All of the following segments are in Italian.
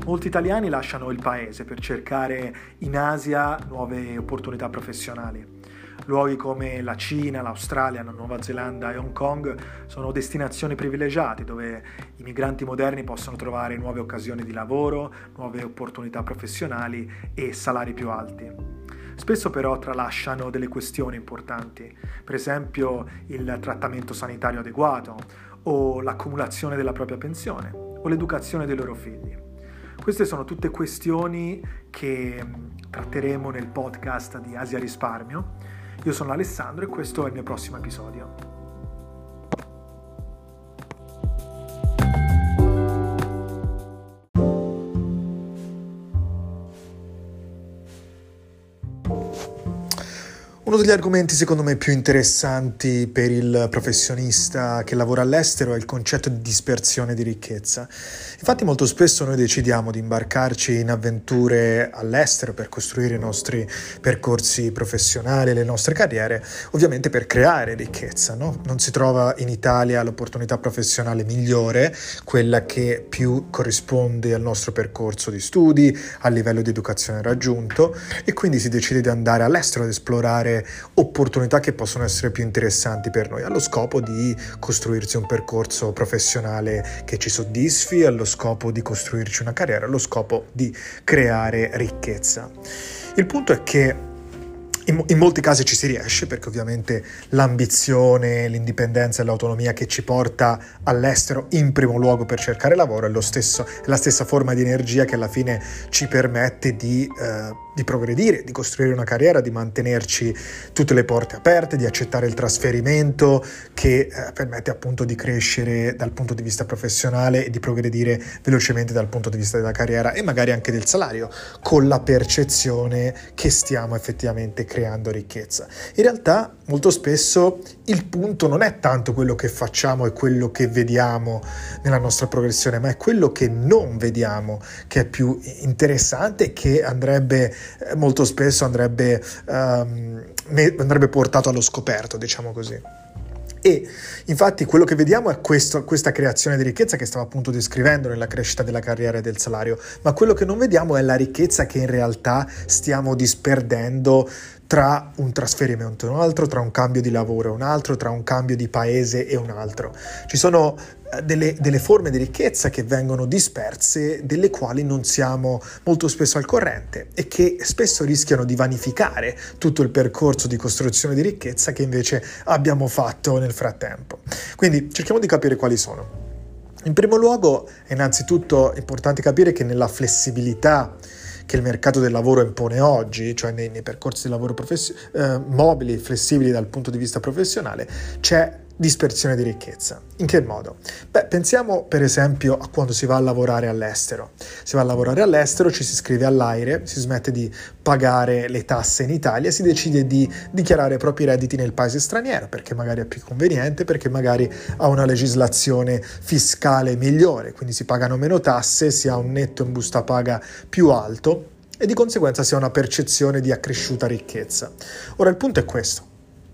Molti italiani lasciano il paese per cercare in Asia nuove opportunità professionali. Luoghi come la Cina, l'Australia, la Nuova Zelanda e Hong Kong sono destinazioni privilegiate dove i migranti moderni possono trovare nuove occasioni di lavoro, nuove opportunità professionali e salari più alti. Spesso però tralasciano delle questioni importanti, per esempio il trattamento sanitario adeguato o l'accumulazione della propria pensione o l'educazione dei loro figli. Queste sono tutte questioni che tratteremo nel podcast di Asia Risparmio. Io sono Alessandro e questo è il mio prossimo episodio. Uno degli argomenti secondo me più interessanti per il professionista che lavora all'estero è il concetto di dispersione di ricchezza. Infatti molto spesso noi decidiamo di imbarcarci in avventure all'estero per costruire i nostri percorsi professionali, le nostre carriere, ovviamente per creare ricchezza, no? Non si trova in Italia l'opportunità professionale migliore, quella che più corrisponde al nostro percorso di studi, al livello di educazione raggiunto, e quindi si decide di andare all'estero ad esplorare opportunità che possono essere più interessanti per noi, allo scopo di costruirsi un percorso professionale che ci soddisfi, allo scopo di costruirci una carriera, allo scopo di creare ricchezza. Il punto è che in molti casi ci si riesce, perché ovviamente l'ambizione, l'indipendenza e l'autonomia che ci porta all'estero in primo luogo per cercare lavoro è la stessa forma di energia che alla fine ci permette di progredire, di costruire una carriera, di mantenerci tutte le porte aperte, di accettare il trasferimento che permette appunto di crescere dal punto di vista professionale e di progredire velocemente dal punto di vista della carriera e magari anche del salario, con la percezione che stiamo effettivamente creando ricchezza. In realtà molto spesso il punto non è tanto quello che facciamo e quello che vediamo nella nostra progressione, ma è quello che non vediamo che è più interessante e che molto spesso andrebbe portato allo scoperto, diciamo così. E infatti quello che vediamo è questa creazione di ricchezza che stavo appunto descrivendo nella crescita della carriera e del salario, ma quello che non vediamo è la ricchezza che in realtà stiamo disperdendo tra un trasferimento e un altro, tra un cambio di lavoro e un altro, tra un cambio di paese e un altro. Ci sono delle forme di ricchezza che vengono disperse, delle quali non siamo molto spesso al corrente e che spesso rischiano di vanificare tutto il percorso di costruzione di ricchezza che invece abbiamo fatto nel frattempo. Quindi cerchiamo di capire quali sono. In primo luogo è innanzitutto importante capire che nella flessibilità che il mercato del lavoro impone oggi, cioè nei percorsi di lavoro mobili, flessibili dal punto di vista professionale, c'è dispersione di ricchezza. In che modo? Pensiamo per esempio a quando si va a lavorare all'estero. Si va a lavorare all'estero, ci si iscrive all'AIRE, si smette di pagare le tasse in Italia, si decide di dichiarare i propri redditi nel paese straniero, perché magari è più conveniente, perché magari ha una legislazione fiscale migliore, quindi si pagano meno tasse, si ha un netto in busta paga più alto e di conseguenza si ha una percezione di accresciuta ricchezza. Ora il punto è questo.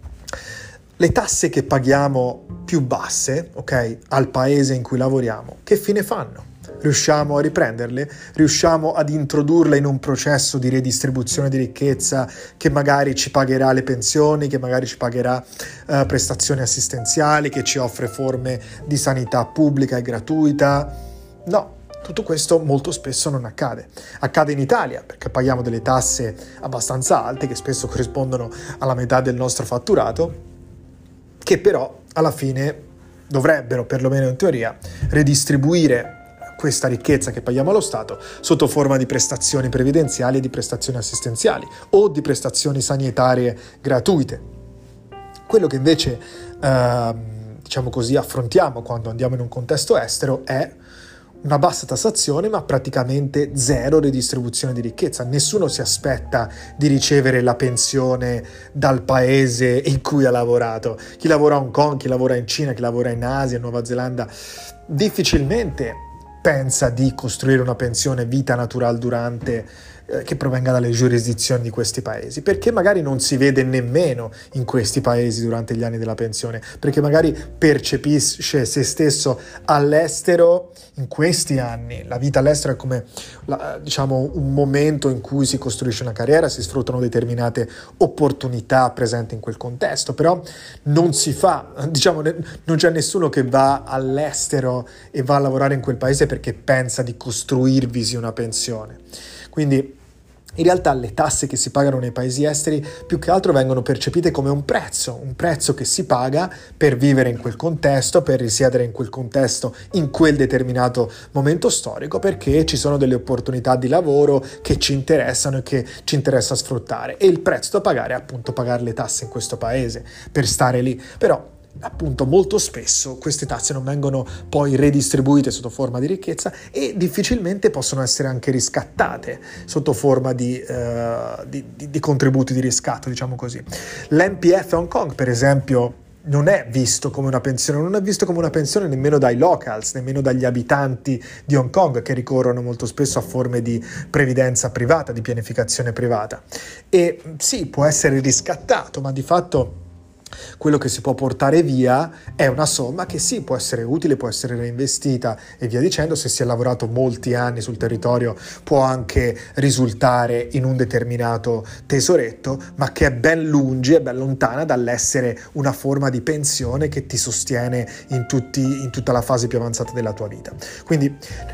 Le tasse che paghiamo più basse, ok, al paese in cui lavoriamo, che fine fanno? Riusciamo a riprenderle? Riusciamo ad introdurle in un processo di redistribuzione di ricchezza che magari ci pagherà le pensioni, che magari ci pagherà prestazioni assistenziali, che ci offre forme di sanità pubblica e gratuita? No. Tutto questo molto spesso non accade. Accade in Italia perché paghiamo delle tasse abbastanza alte che spesso corrispondono alla metà del nostro fatturato, che però alla fine dovrebbero, perlomeno in teoria, redistribuire questa ricchezza che paghiamo allo Stato sotto forma di prestazioni previdenziali e di prestazioni assistenziali o di prestazioni sanitarie gratuite. Quello che invece, diciamo così, affrontiamo quando andiamo in un contesto estero è una bassa tassazione ma praticamente zero redistribuzione di ricchezza. Nessuno si aspetta di ricevere la pensione dal paese in cui ha lavorato. Chi lavora a Hong Kong, chi lavora in Cina, chi lavora in Asia, in Nuova Zelanda difficilmente pensa di costruire una pensione vita natural durante che provenga dalle giurisdizioni di questi paesi, perché magari non si vede nemmeno in questi paesi durante gli anni della pensione, perché magari percepisce se stesso all'estero in questi anni. La vita all'estero è come diciamo un momento in cui si costruisce una carriera, si sfruttano determinate opportunità presenti in quel contesto, però non si fa, diciamo, non c'è nessuno che va all'estero e va a lavorare in quel paese perché pensa di costruirvisi una pensione. Quindi in realtà le tasse che si pagano nei paesi esteri più che altro vengono percepite come un prezzo che si paga per vivere in quel contesto, per risiedere in quel contesto in quel determinato momento storico, perché ci sono delle opportunità di lavoro che ci interessano e che ci interessa sfruttare, e il prezzo da pagare è appunto pagare le tasse in questo paese per stare lì. Però appunto molto spesso queste tasse non vengono poi redistribuite sotto forma di ricchezza e difficilmente possono essere anche riscattate sotto forma di contributi di riscatto, diciamo così. L'NPF Hong Kong, per esempio, non è visto come una pensione, non è visto come una pensione nemmeno dai locals, nemmeno dagli abitanti di Hong Kong, che ricorrono molto spesso a forme di previdenza privata, di pianificazione privata. E sì, può essere riscattato, ma di fatto quello che si può portare via è una somma che sì, può essere utile, può essere reinvestita e via dicendo. Se si è lavorato molti anni sul territorio può anche risultare in un determinato tesoretto, ma che è ben lungi, è ben lontana dall'essere una forma di pensione che ti sostiene in tutta la fase più avanzata della tua vita. Quindi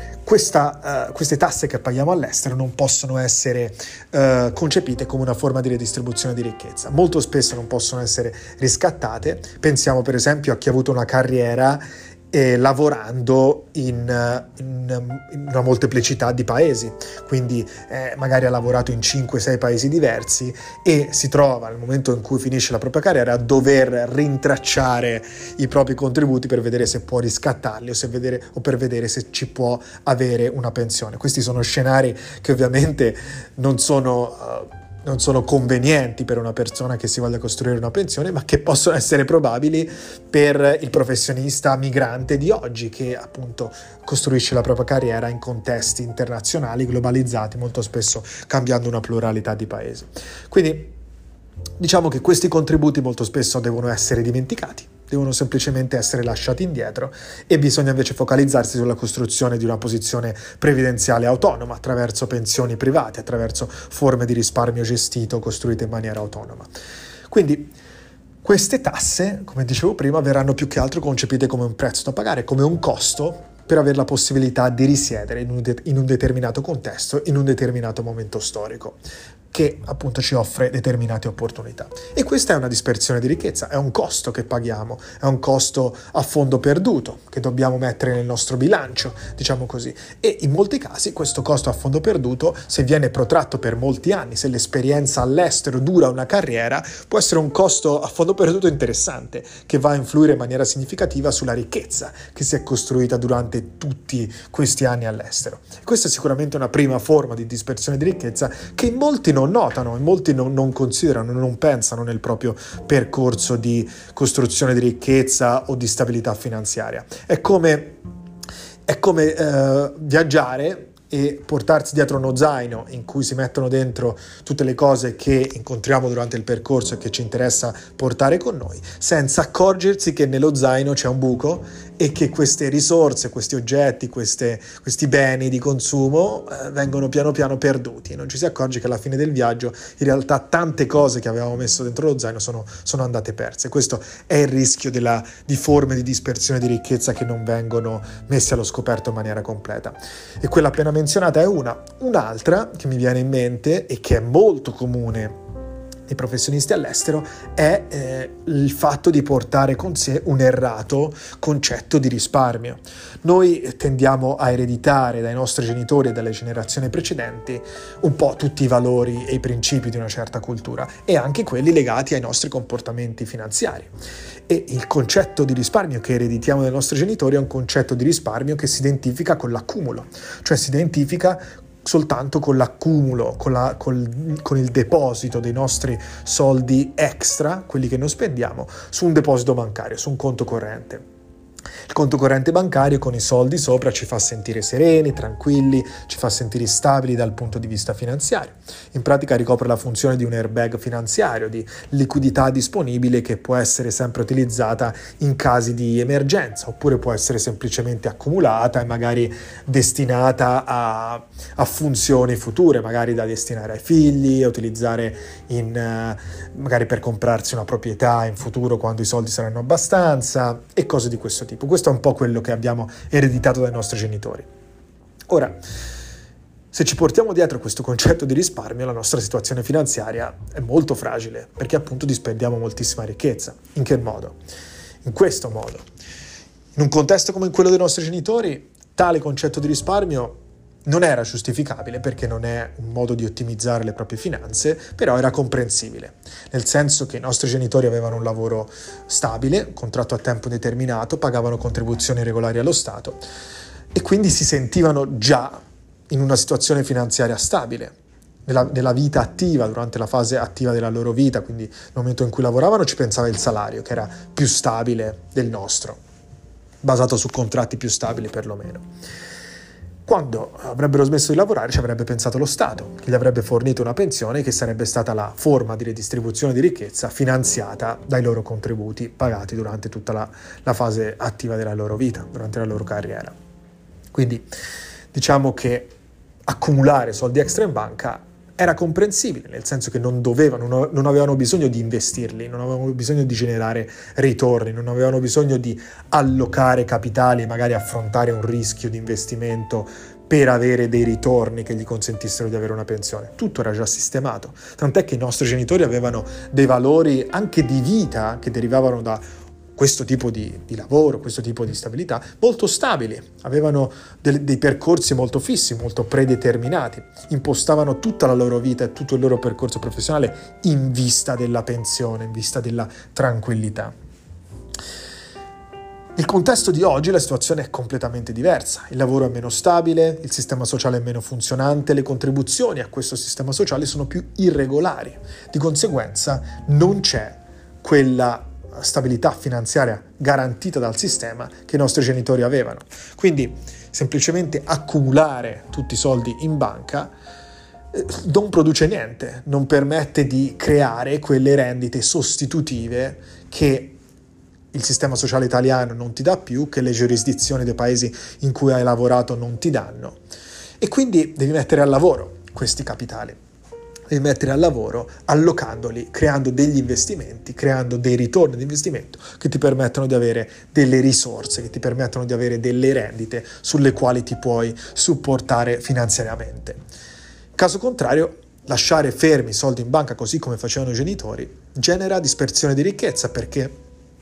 queste tasse che paghiamo all'estero non possono essere concepite come una forma di redistribuzione di ricchezza. Molto spesso non possono essere riscattate. Pensiamo per esempio a chi ha avuto una carriera lavorando in una molteplicità di paesi, quindi magari ha lavorato in 5-6 paesi diversi e si trova nel momento in cui finisce la propria carriera a dover rintracciare i propri contributi per vedere se può riscattarli o per vedere se ci può avere una pensione. Questi sono scenari che ovviamente non sono convenienti per una persona che si voglia costruire una pensione, ma che possono essere probabili per il professionista migrante di oggi, che appunto costruisce la propria carriera in contesti internazionali, globalizzati, molto spesso cambiando una pluralità di paesi. Quindi diciamo che questi contributi molto spesso devono essere dimenticati, devono semplicemente essere lasciati indietro, e bisogna invece focalizzarsi sulla costruzione di una posizione previdenziale autonoma attraverso pensioni private, attraverso forme di risparmio gestito costruite in maniera autonoma. Quindi queste tasse, come dicevo prima, verranno più che altro concepite come un prezzo da pagare, come un costo per avere la possibilità di risiedere in un determinato contesto, in un determinato momento storico, che appunto ci offre determinate opportunità. E questa è una dispersione di ricchezza, è un costo che paghiamo, è un costo a fondo perduto che dobbiamo mettere nel nostro bilancio, diciamo così. E in molti casi questo costo a fondo perduto, se viene protratto per molti anni, se l'esperienza all'estero dura una carriera, può essere un costo a fondo perduto interessante, che va a influire in maniera significativa sulla ricchezza che si è costruita durante tutti questi anni all'estero. Questa è sicuramente una prima forma di dispersione di ricchezza che in molti non notano, e molti non considerano, non pensano nel proprio percorso di costruzione di ricchezza o di stabilità finanziaria. È come viaggiare e portarsi dietro uno zaino in cui si mettono dentro tutte le cose che incontriamo durante il percorso e che ci interessa portare con noi, senza accorgersi che nello zaino c'è un buco e che queste risorse, questi oggetti, questi beni di consumo vengono piano piano perduti, e non ci si accorge che alla fine del viaggio in realtà tante cose che avevamo messo dentro lo zaino sono andate perse. Questo è il rischio di forme di dispersione di ricchezza che non vengono messe allo scoperto in maniera completa. E quella appena menzionata è un'altra che mi viene in mente e che è molto comune ai professionisti all'estero, è il fatto di portare con sé un errato concetto di risparmio. Noi tendiamo a ereditare dai nostri genitori e dalle generazioni precedenti un po' tutti i valori e i principi di una certa cultura, e anche quelli legati ai nostri comportamenti finanziari. E il concetto di risparmio che ereditiamo dai nostri genitori è un concetto di risparmio che si identifica con l'accumulo, cioè si identifica soltanto con l'accumulo, con il deposito dei nostri soldi extra, quelli che non spendiamo, su un deposito bancario, su un conto corrente. Il conto corrente bancario con i soldi sopra ci fa sentire sereni, tranquilli, ci fa sentire stabili dal punto di vista finanziario. In pratica ricopre la funzione di un airbag finanziario, di liquidità disponibile che può essere sempre utilizzata in casi di emergenza, oppure può essere semplicemente accumulata e magari destinata a funzioni future, magari da destinare ai figli, a utilizzare magari per comprarsi una proprietà in futuro quando i soldi saranno abbastanza e cose di questo tipo. Questo è un po' quello che abbiamo ereditato dai nostri genitori. Ora, se ci portiamo dietro questo concetto di risparmio, la nostra situazione finanziaria è molto fragile, perché appunto dispendiamo moltissima ricchezza. In che modo? In questo modo. In un contesto come quello dei nostri genitori, tale concetto di risparmio non era giustificabile perché non è un modo di ottimizzare le proprie finanze, però era comprensibile, nel senso che i nostri genitori avevano un lavoro stabile, contratto a tempo determinato, pagavano contribuzioni regolari allo Stato e quindi si sentivano già in una situazione finanziaria stabile. Nella vita attiva, durante la fase attiva della loro vita, quindi nel momento in cui lavoravano, ci pensava il salario, che era più stabile del nostro, basato su contratti più stabili perlomeno. Quando avrebbero smesso di lavorare ci avrebbe pensato lo Stato, che gli avrebbe fornito una pensione che sarebbe stata la forma di redistribuzione di ricchezza finanziata dai loro contributi pagati durante tutta la fase attiva della loro vita, durante la loro carriera. Quindi diciamo che accumulare soldi extra in banca era comprensibile, nel senso che non avevano bisogno di investirli, non avevano bisogno di generare ritorni, non avevano bisogno di allocare capitali e magari affrontare un rischio di investimento per avere dei ritorni che gli consentissero di avere una pensione. Tutto era già sistemato, tant'è che i nostri genitori avevano dei valori anche di vita che derivavano da questo tipo di lavoro, questo tipo di stabilità, molto stabili, avevano dei percorsi molto fissi, molto predeterminati, impostavano tutta la loro vita e tutto il loro percorso professionale in vista della pensione, in vista della tranquillità. Nel contesto di oggi la situazione è completamente diversa, il lavoro è meno stabile, il sistema sociale è meno funzionante, le contribuzioni a questo sistema sociale sono più irregolari, di conseguenza non c'è quella stabilità finanziaria garantita dal sistema che i nostri genitori avevano. Quindi semplicemente accumulare tutti i soldi in banca non produce niente, non permette di creare quelle rendite sostitutive che il sistema sociale italiano non ti dà più, che le giurisdizioni dei paesi in cui hai lavorato non ti danno. E quindi devi mettere al lavoro questi capitali. Devi mettere al lavoro allocandoli, creando degli investimenti, creando dei ritorni di investimento che ti permettono di avere delle risorse, che ti permettono di avere delle rendite sulle quali ti puoi supportare finanziariamente. Caso contrario, lasciare fermi i soldi in banca così come facevano i genitori genera dispersione di ricchezza, perché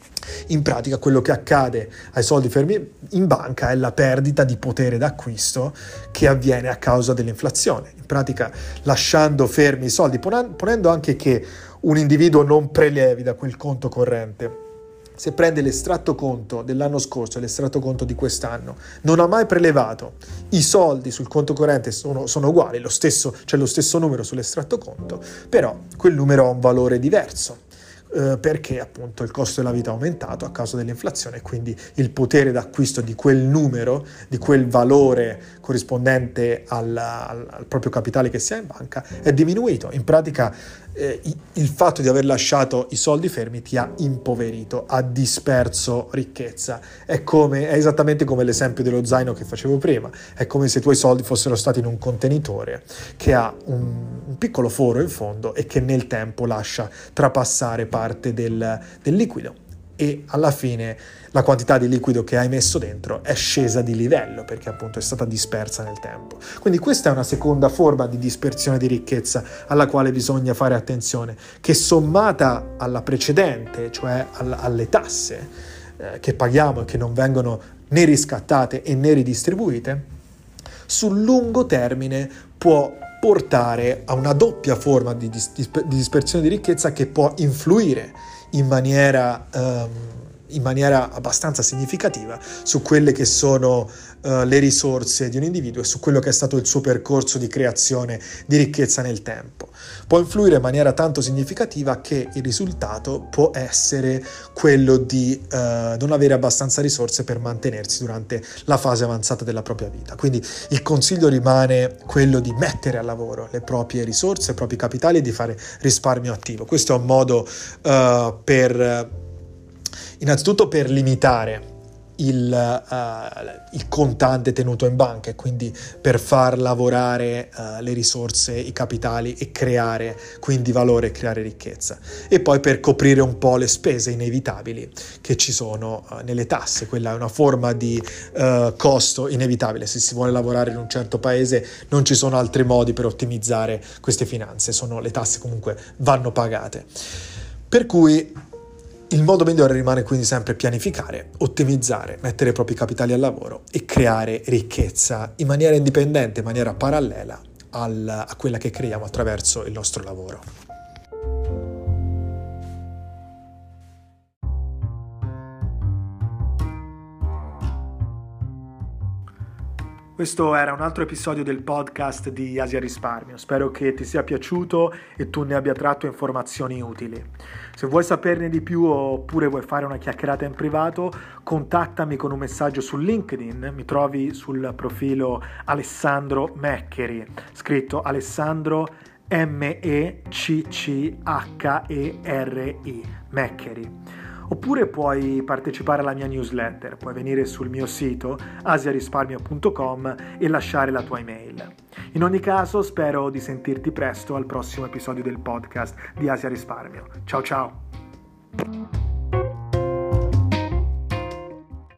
in pratica quello che accade ai soldi fermi in banca è la perdita di potere d'acquisto che avviene a causa dell'inflazione. In pratica, lasciando fermi i soldi, ponendo anche che un individuo non prelevi da quel conto corrente, se prende l'estratto conto dell'anno scorso e l'estratto conto di quest'anno, non ha mai prelevato, i soldi sul conto corrente sono uguali, c'è lo stesso numero sull'estratto conto, però quel numero ha un valore diverso. Perché appunto il costo della vita è aumentato a causa dell'inflazione e quindi il potere d'acquisto di quel numero, di quel valore corrispondente al proprio capitale che si ha in banca è diminuito. In pratica il fatto di aver lasciato i soldi fermi ti ha impoverito, ha disperso ricchezza. È esattamente come l'esempio dello zaino che facevo prima, è come se i tuoi soldi fossero stati in un contenitore che ha un piccolo foro in fondo e che nel tempo lascia trapassare parte del liquido, e alla fine la quantità di liquido che hai messo dentro è scesa di livello perché appunto è stata dispersa nel tempo. Quindi questa è una seconda forma di dispersione di ricchezza alla quale bisogna fare attenzione, che sommata alla precedente, cioè alle tasse che paghiamo e che non vengono né riscattate e né ridistribuite, sul lungo termine può portare a una doppia forma di dispersione di ricchezza che può influire in maniera in maniera abbastanza significativa su quelle che sono le risorse di un individuo e su quello che è stato il suo percorso di creazione di ricchezza nel tempo. Può influire in maniera tanto significativa che il risultato può essere quello di non avere abbastanza risorse per mantenersi durante la fase avanzata della propria vita. Quindi il consiglio rimane quello di mettere a lavoro le proprie risorse, i propri capitali e di fare risparmio attivo. Questo è un modo innanzitutto per limitare il contante tenuto in banca e quindi per far lavorare le risorse, i capitali e creare quindi valore e creare ricchezza, e poi per coprire un po' le spese inevitabili che ci sono nelle tasse. Quella è una forma di costo inevitabile. Se si vuole lavorare in un certo paese non ci sono altri modi per ottimizzare queste finanze, le tasse comunque vanno pagate, per cui il modo migliore rimane quindi sempre pianificare, ottimizzare, mettere i propri capitali al lavoro e creare ricchezza in maniera indipendente, in maniera parallela a quella che creiamo attraverso il nostro lavoro. Questo era un altro episodio del podcast di Asia Risparmio. Spero che ti sia piaciuto e tu ne abbia tratto informazioni utili. Se vuoi saperne di più oppure vuoi fare una chiacchierata in privato, contattami con un messaggio su LinkedIn. Mi trovi sul profilo Alessandro Meccheri, scritto Alessandro Meccheri, Meccheri. Oppure puoi partecipare alla mia newsletter, puoi venire sul mio sito asiarisparmio.com e lasciare la tua email. In ogni caso spero di sentirti presto al prossimo episodio del podcast di Asia Risparmio. Ciao ciao!